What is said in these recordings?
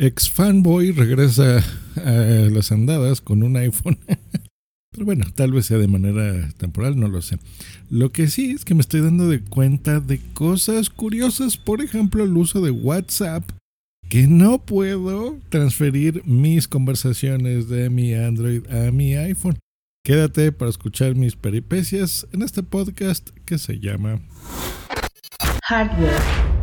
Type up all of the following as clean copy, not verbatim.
ex fanboy regresa a las andadas con un iPhone. Pero bueno, tal vez sea de manera temporal, no lo sé. Lo que sí es que me estoy dando de cuenta de cosas curiosas. Por ejemplo, el uso de WhatsApp, que no puedo transferir mis conversaciones de mi Android a mi iPhone. Quédate para escuchar mis peripecias en este podcast que se llama Hardware.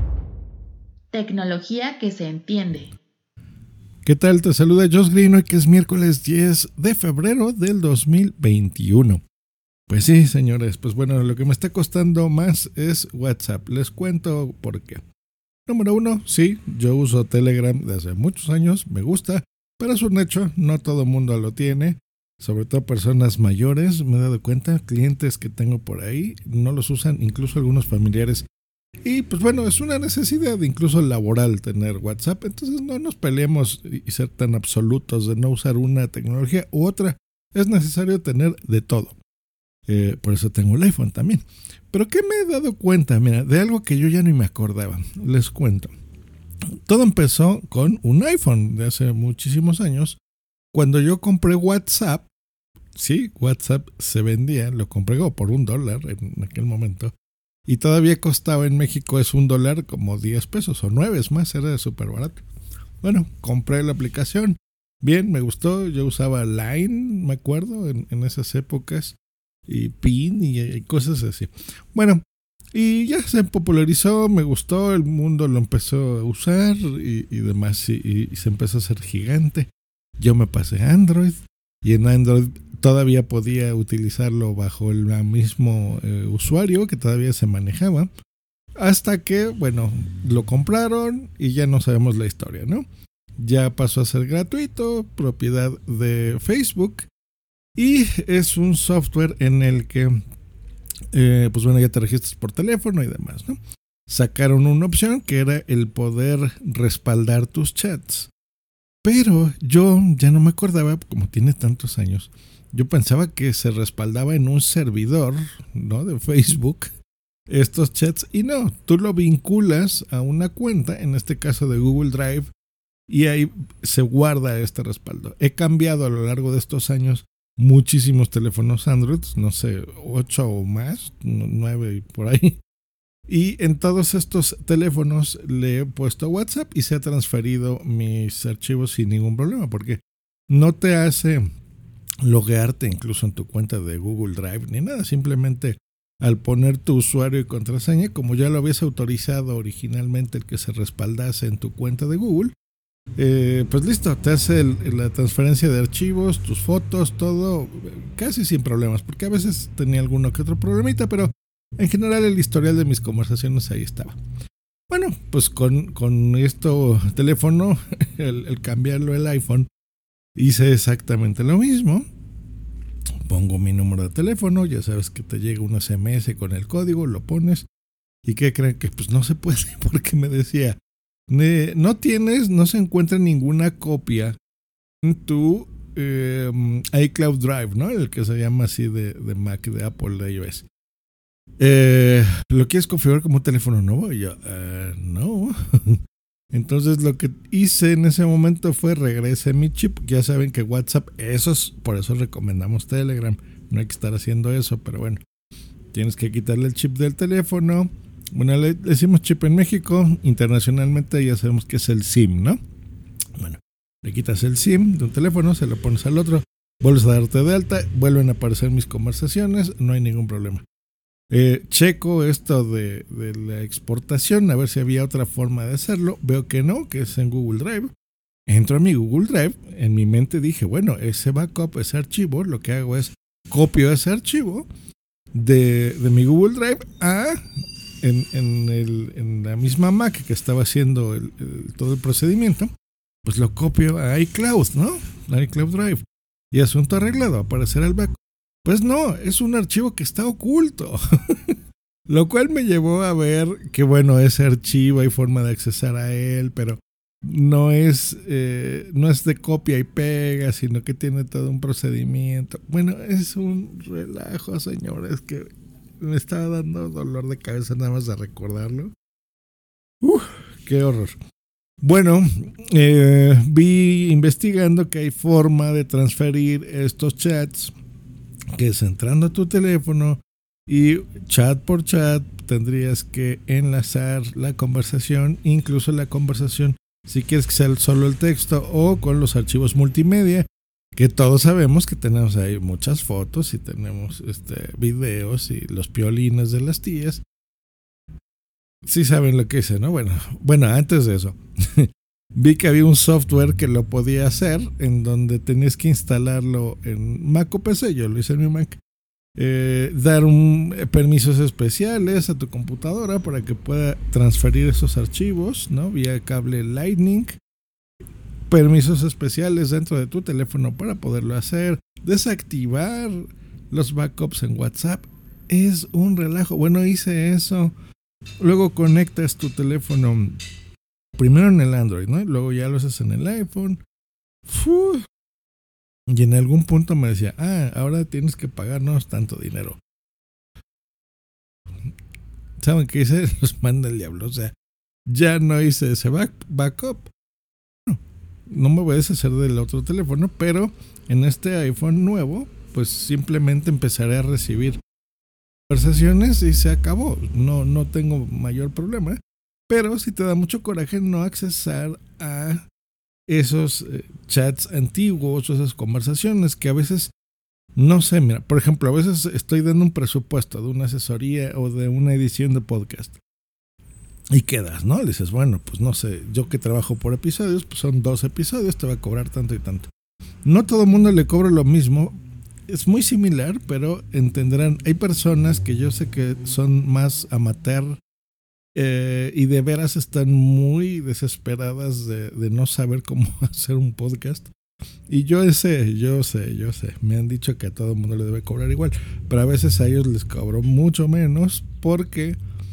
Tecnología que se entiende. ¿Qué tal? Te saluda Josh Green, hoy que es miércoles 10 de febrero del 2021. Pues sí, señores, pues bueno, lo que me está costando más es WhatsApp. Les cuento por qué. Número 1, sí, yo uso Telegram desde muchos años, me gusta, pero es un hecho, no todo el mundo lo tiene. Sobre todo personas mayores, me he dado cuenta, clientes que tengo por ahí no los usan, incluso algunos familiares. Y pues bueno, es una necesidad incluso laboral tener WhatsApp, entonces no nos peleemos y ser tan absolutos de no usar una tecnología u otra. Es necesario tener de todo. Por eso tengo el iPhone también. Pero ¿qué me he dado cuenta? Mira, de algo que yo ya ni me acordaba. Les cuento. Todo empezó con un iPhone de hace muchísimos años. Cuando yo compré WhatsApp, sí, WhatsApp se vendía, lo compré por $1 en aquel momento. Y todavía costaba en México es $1 como 10 pesos o 9, es más, era súper barato. Bueno, compré la aplicación. Bien, me gustó. Yo usaba Line, me acuerdo, en esas épocas. Y PIN y cosas así. Bueno, y ya se popularizó, me gustó, el mundo lo empezó a usar y demás. Y se empezó a hacer gigante. Yo me pasé a Android. Y en Android todavía podía utilizarlo bajo el mismo usuario que todavía se manejaba. Hasta que, bueno, lo compraron y ya no sabemos la historia, ¿no? Ya pasó a ser gratuito, propiedad de Facebook. Y es un software en el que, pues bueno, ya te registras por teléfono y demás, ¿no? Sacaron una opción que era el poder respaldar tus chats. Pero yo ya no me acordaba, como tiene tantos años, yo pensaba que se respaldaba en un servidor, ¿no? De Facebook, estos chats. Y no, tú lo vinculas a una cuenta, en este caso de Google Drive, y ahí se guarda este respaldo. He cambiado a lo largo de estos años muchísimos teléfonos Android, no sé, 8 o más, 9 y por ahí. Y en todos estos teléfonos le he puesto WhatsApp y se ha transferido mis archivos sin ningún problema, porque no te hace loguearte incluso en tu cuenta de Google Drive ni nada, simplemente al poner tu usuario y contraseña, como ya lo habías autorizado originalmente el que se respaldase en tu cuenta de Google, pues listo, te hace la transferencia de archivos, tus fotos, todo casi sin problemas, porque a veces tenía alguno que otro problemita, pero en general el historial de mis conversaciones ahí estaba. Bueno, pues con esto teléfono, el cambiarlo el iPhone, hice exactamente lo mismo. Pongo mi número de teléfono, ya sabes que te llega un SMS con el código, lo pones. ¿Y qué creen? Que pues no se puede, porque me decía, no se encuentra ninguna copia en tu iCloud Drive, ¿no? El que se llama así de Mac, de Apple, de iOS. ¿Lo quieres configurar como un teléfono nuevo? Y yo, no. Entonces lo que hice en ese momento fue regresé mi chip. Ya saben que WhatsApp, por eso recomendamos Telegram. No hay que estar haciendo eso, pero bueno. Tienes que quitarle el chip del teléfono. Bueno, le decimos chip en México. Internacionalmente ya sabemos que es el SIM, ¿no? Bueno, le quitas el SIM de un teléfono, se lo pones al otro, vuelves a darte de alta, vuelven a aparecer mis conversaciones, no hay ningún problema. Checo esto de la exportación, a ver si había otra forma de hacerlo. Veo que no, que es en Google Drive. Entro a mi Google Drive, en mi mente dije, bueno, ese backup, ese archivo, lo que hago es copio ese archivo de mi Google Drive en la misma Mac que estaba haciendo todo el procedimiento, pues lo copio a iCloud, ¿no? A iCloud Drive. Y asunto arreglado, aparecerá el backup. Pues no, es un archivo que está oculto. Lo cual me llevó a ver que, bueno, ese archivo hay forma de accesar a él, pero no es de copia y pega, sino que tiene todo un procedimiento. Bueno, es un relajo, señores, que me estaba dando dolor de cabeza nada más de recordarlo. Qué horror. Bueno, vi investigando que hay forma de transferir estos chats, que es entrando a tu teléfono y chat por chat tendrías que enlazar la conversación, incluso la conversación, si quieres que sea solo el texto o con los archivos multimedia, que todos sabemos que tenemos ahí muchas fotos y tenemos videos y los piolines de las tías. Sí saben lo que hice, ¿no? Bueno, antes de eso, vi que había un software que lo podía hacer, en donde tenías que instalarlo en Mac o PC, yo lo hice en mi Mac. Dar permisos especiales a tu computadora para que pueda transferir esos archivos, ¿no? Vía cable Lightning. Permisos especiales dentro de tu teléfono para poderlo hacer. Desactivar los backups en WhatsApp. Es un relajo. Bueno, hice eso. Luego conectas tu teléfono primero en el Android, ¿no? Luego ya lo haces en el iPhone. Y en algún punto me decía, ahora tienes que pagarnos tanto dinero. ¿Saben qué hice? Los manda el diablo. O sea, ya no hice ese backup. No me voy a deshacer del otro teléfono, pero en este iPhone nuevo, pues simplemente empezaré a recibir conversaciones y se acabó. No tengo mayor problema, pero sí te da mucho coraje no accesar a esos chats antiguos o esas conversaciones que a veces, no sé, mira, por ejemplo, a veces estoy dando un presupuesto de una asesoría o de una edición de podcast y quedas, ¿no? Le dices, bueno, pues no sé, yo que trabajo por episodios, pues son 2 episodios, te va a cobrar tanto y tanto. No todo el mundo le cobra lo mismo, es muy similar, pero entenderán, hay personas que yo sé que son más amateur y de veras están muy desesperadas de no saber cómo hacer un podcast. Y yo sé, me han dicho que a todo el mundo le debe cobrar igual, pero a veces a ellos les cobro mucho menos porque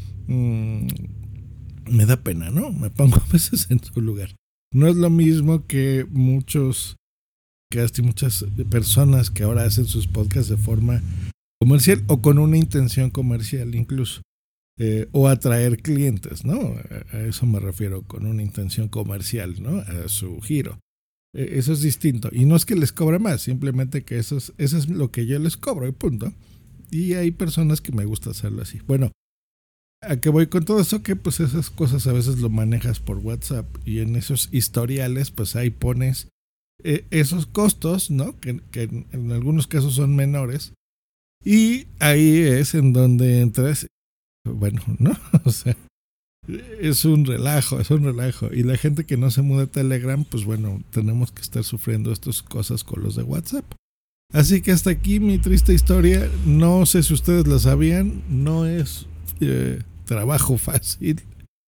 me da pena, ¿no? Me pongo a veces en su lugar. No es lo mismo que muchas personas que ahora hacen sus podcasts de forma comercial o con una intención comercial incluso. O atraer clientes, ¿no? A eso me refiero, con una intención comercial, ¿no? A su giro. Eso es distinto. Y no es que les cobre más, simplemente que eso es lo que yo les cobro y punto. Y hay personas que me gusta hacerlo así. Bueno, ¿a qué voy con todo eso? Que pues esas cosas a veces lo manejas por WhatsApp y en esos historiales pues ahí pones esos costos, ¿no? Que en algunos casos son menores. Y ahí es en donde entras. Bueno, ¿no? O sea, es un relajo. Y la gente que no se muda a Telegram, pues bueno, tenemos que estar sufriendo estas cosas con los de WhatsApp. Así que hasta aquí mi triste historia. No sé si ustedes la sabían, no es trabajo fácil.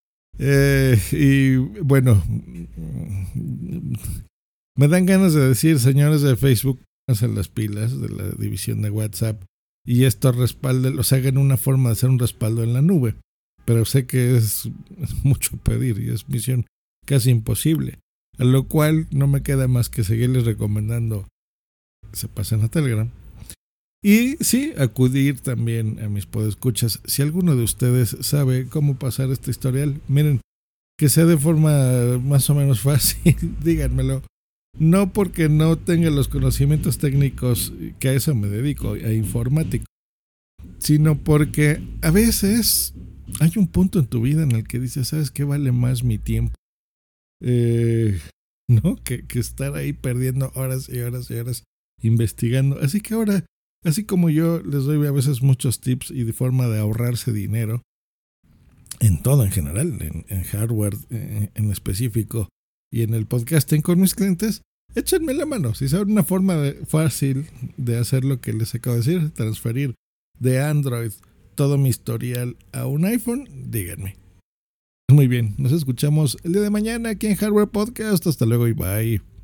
Y bueno, me dan ganas de decir, señores de Facebook, pónganse las pilas de la división de WhatsApp y esto respalden, o sea, hagan una forma de hacer un respaldo en la nube. Pero sé que es mucho pedir y es misión casi imposible. A lo cual no me queda más que seguirles recomendando que se pasen a Telegram. Y sí, acudir también a mis podescuchas. Si alguno de ustedes sabe cómo pasar este historial, miren, que sea de forma más o menos fácil, díganmelo. No porque no tenga los conocimientos técnicos, que a eso me dedico, a informático, sino porque a veces hay un punto en tu vida en el que dices, ¿sabes qué vale más mi tiempo? ¿No? Que estar ahí perdiendo horas y horas y horas investigando. Así que ahora, así como yo les doy a veces muchos tips y de forma de ahorrarse dinero, en todo en general, en hardware en específico y en el podcasting con mis clientes, échenme la mano. Si saben una forma fácil de hacer lo que les acabo de decir, transferir de Android todo mi historial a un iPhone, díganme. Muy bien, nos escuchamos el día de mañana aquí en Hardware Podcast. Hasta luego y bye.